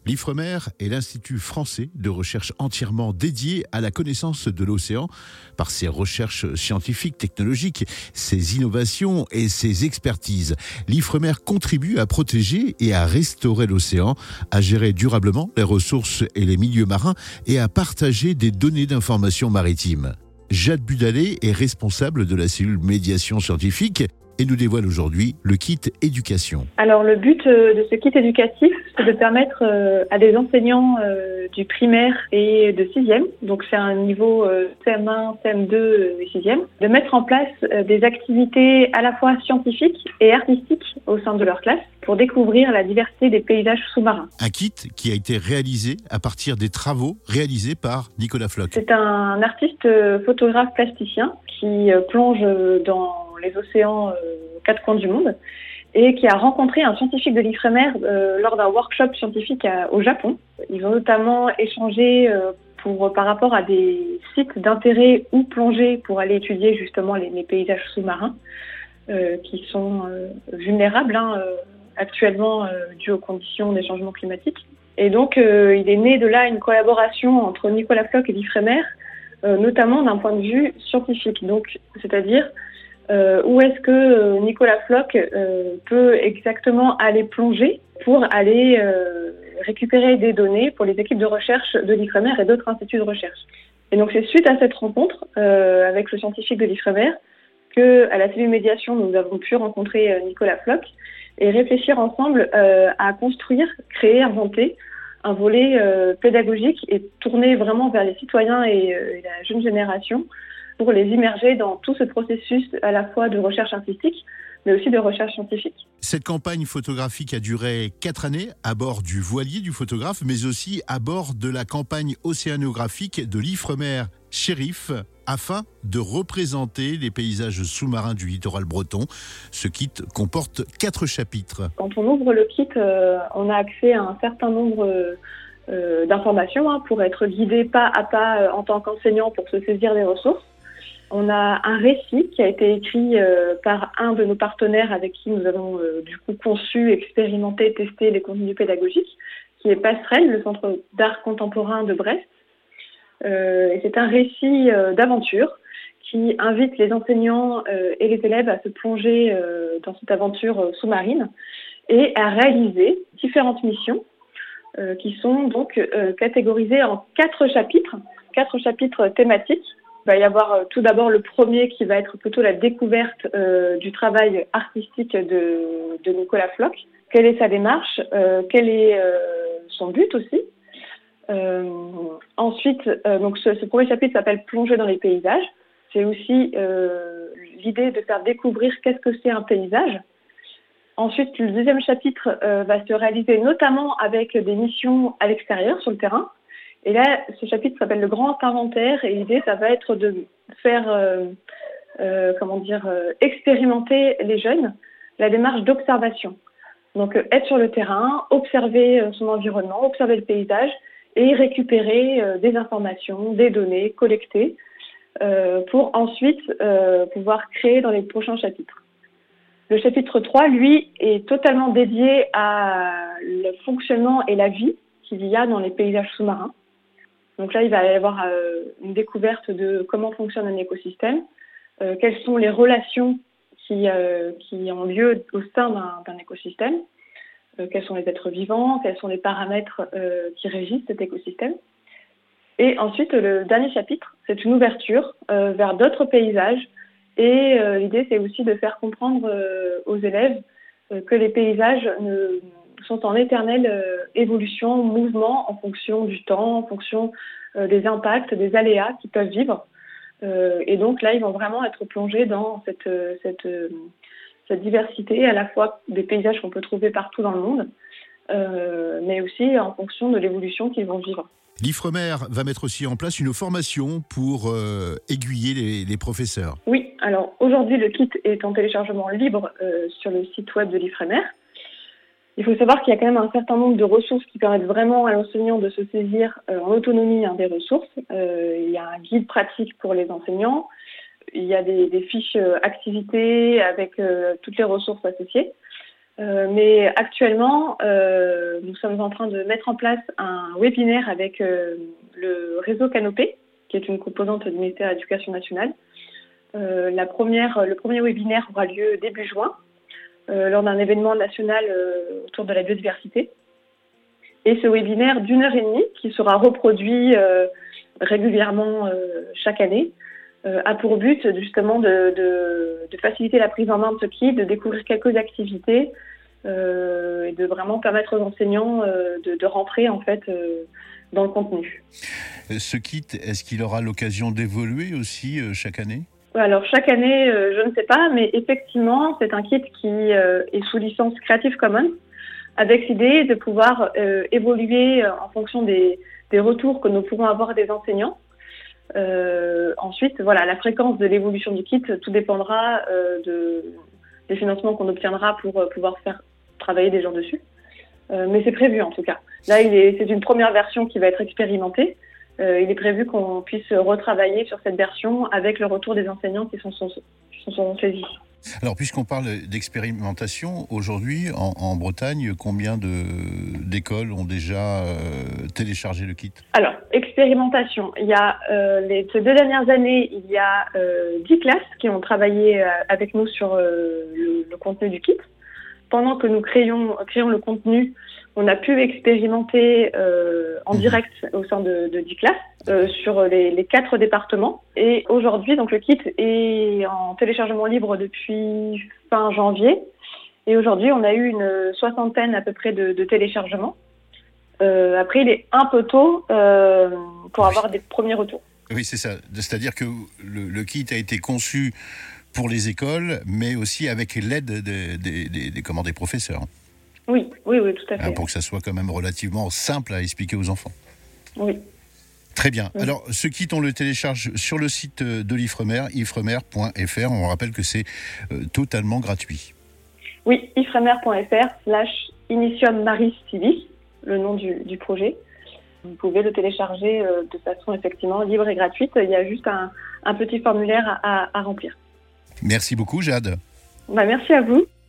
L'Ifremer est l'Institut français de recherche entièrement dédié à la connaissance de l'océan par ses recherches scientifiques, technologiques, ses innovations et ses expertises. L'Ifremer contribue à protéger et à restaurer l'océan, à gérer durablement les ressources et les milieux marins et à partager des données d'information maritime. Jade Budalé est responsable de la cellule médiation scientifique et nous dévoile aujourd'hui le kit éducation. Alors le but de ce kit éducatif, c'est de permettre à des enseignants du primaire et de 6e, donc c'est un niveau CM1, CM2 et 6e, de mettre en place des activités à la fois scientifiques et artistiques au sein de leur classe pour découvrir la diversité des paysages sous-marins. Un kit qui a été réalisé à partir des travaux réalisés par Nicolas Floch. C'est un artiste photographe plasticien qui plonge dans les océans aux quatre coins du monde et qui a rencontré un scientifique de l'Ifremer lors d'un workshop scientifique au Japon. Ils ont notamment échangé par rapport à des sites d'intérêt où plonger pour aller étudier justement les paysages sous-marins qui sont vulnérables actuellement dû aux conditions des changements climatiques. Et donc, il est né de là une collaboration entre Nicolas Floch et l'Ifremer, notamment d'un point de vue scientifique. Donc, c'est-à-dire où est-ce que Nicolas Floch peut exactement aller plonger pour aller récupérer des données pour les équipes de recherche de l'Ifremer et d'autres instituts de recherche. Et donc, c'est suite à cette rencontre avec le scientifique de l'Ifremer qu'à la cellule médiation, nous avons pu rencontrer Nicolas Floch et réfléchir ensemble à construire, créer, inventer un volet pédagogique et tourné vraiment vers les citoyens et la jeune génération pour les immerger dans tout ce processus à la fois de recherche artistique, mais aussi de recherche scientifique. Cette campagne photographique a duré 4 années à bord du voilier du photographe, mais aussi à bord de la campagne océanographique de l'Ifremer Shérif, afin de représenter les paysages sous-marins du littoral breton. Ce kit comporte 4 chapitres. Quand on ouvre le kit, on a accès à un certain nombre d'informations pour être guidé pas à pas en tant qu'enseignant pour se saisir des ressources. On a un récit qui a été écrit par un de nos partenaires avec qui nous avons du coup conçu, expérimenté, testé les contenus pédagogiques, qui est Passerelle, le Centre d'art contemporain de Brest. Et c'est un récit d'aventure qui invite les enseignants et les élèves à se plonger dans cette aventure sous-marine et à réaliser différentes missions qui sont donc catégorisées en 4 chapitres thématiques. Il va y avoir tout d'abord le premier qui va être plutôt la découverte du travail artistique de Nicolas Floch. Quelle est sa démarche, quel est son but aussi. Ensuite, donc ce premier chapitre s'appelle Plonger dans les paysages. C'est aussi l'idée de faire découvrir qu'est-ce que c'est un paysage. Ensuite, le deuxième chapitre va se réaliser notamment avec des missions à l'extérieur, sur le terrain. Et là, ce chapitre s'appelle le grand inventaire et l'idée, ça va être de faire, expérimenter les jeunes la démarche d'observation. Donc, être sur le terrain, observer son environnement, observer le paysage et récupérer des informations, des données collectées pour ensuite pouvoir créer dans les prochains chapitres. Le chapitre 3, lui, est totalement dédié à le fonctionnement et la vie qu'il y a dans les paysages sous-marins. Donc là, il va y avoir une découverte de comment fonctionne un écosystème, quelles sont les relations qui ont lieu au sein d'un écosystème, quels sont les êtres vivants, quels sont les paramètres qui régissent cet écosystème. Et ensuite, le dernier chapitre, c'est une ouverture vers d'autres paysages. Et l'idée, c'est aussi de faire comprendre aux élèves que les paysages sont en éternelle évolution, mouvement en fonction du temps, en fonction des impacts, des aléas qu'ils peuvent vivre. Et donc là, ils vont vraiment être plongés dans cette diversité, à la fois des paysages qu'on peut trouver partout dans le monde, mais aussi en fonction de l'évolution qu'ils vont vivre. L'Ifremer va mettre aussi en place une formation pour aiguiller les professeurs. Oui, alors aujourd'hui, le kit est en téléchargement libre sur le site web de l'Ifremer. Il faut savoir qu'il y a quand même un certain nombre de ressources qui permettent vraiment à l'enseignant de se saisir en autonomie des ressources. Il y a un guide pratique pour les enseignants, il y a des fiches activités avec toutes les ressources associées. Mais actuellement, nous sommes en train de mettre en place un webinaire avec le réseau Canopé, qui est une composante du ministère de l'Éducation nationale. Le premier webinaire aura lieu début juin, lors d'un événement national autour de la biodiversité. Et ce webinaire d'1h30, qui sera reproduit régulièrement chaque année, a pour but justement de faciliter la prise en main de ce kit, de découvrir quelques activités et de vraiment permettre aux enseignants de rentrer en fait dans le contenu. Ce kit, est-ce qu'il aura l'occasion d'évoluer aussi chaque année ? Alors chaque année, je ne sais pas, mais effectivement, c'est un kit qui est sous licence Creative Commons, avec l'idée de pouvoir évoluer en fonction des retours que nous pourrons avoir des enseignants. Ensuite, voilà, la fréquence de l'évolution du kit, tout dépendra des financements qu'on obtiendra pour pouvoir faire travailler des gens dessus. Mais c'est prévu en tout cas. Là, c'est une première version qui va être expérimentée. Il est prévu qu'on puisse retravailler sur cette version avec le retour des enseignants qui sont saisis. Alors, puisqu'on parle d'expérimentation, aujourd'hui, en Bretagne, combien d'écoles ont déjà téléchargé le kit ? Alors, expérimentation. Il y a ces 2 dernières années, il y a 10 classes qui ont travaillé avec nous sur le contenu du kit. Pendant que nous créons le contenu, on a pu expérimenter en direct au sein de 10 classes sur les 4 départements. Et aujourd'hui, donc le kit est en téléchargement libre depuis fin janvier. Et aujourd'hui, on a eu une 60aine à peu près de téléchargements. Après, il est un peu tôt pour avoir des premiers retours. Oui, c'est ça. C'est-à-dire que le kit a été conçu pour les écoles, mais aussi avec l'aide des professeurs. Oui, tout à fait. Pour que ça soit quand même relativement simple à expliquer aux enfants. Oui. Très bien. Oui. Alors, ce kit, on le télécharge sur le site de l'Ifremer, ifremer.fr. On rappelle que c'est totalement gratuit. Oui, ifremer.fr/Initium Maris Civis, le nom du projet. Vous pouvez le télécharger de façon effectivement libre et gratuite. Il y a juste un petit formulaire à remplir. Merci beaucoup, Jade. Merci à vous.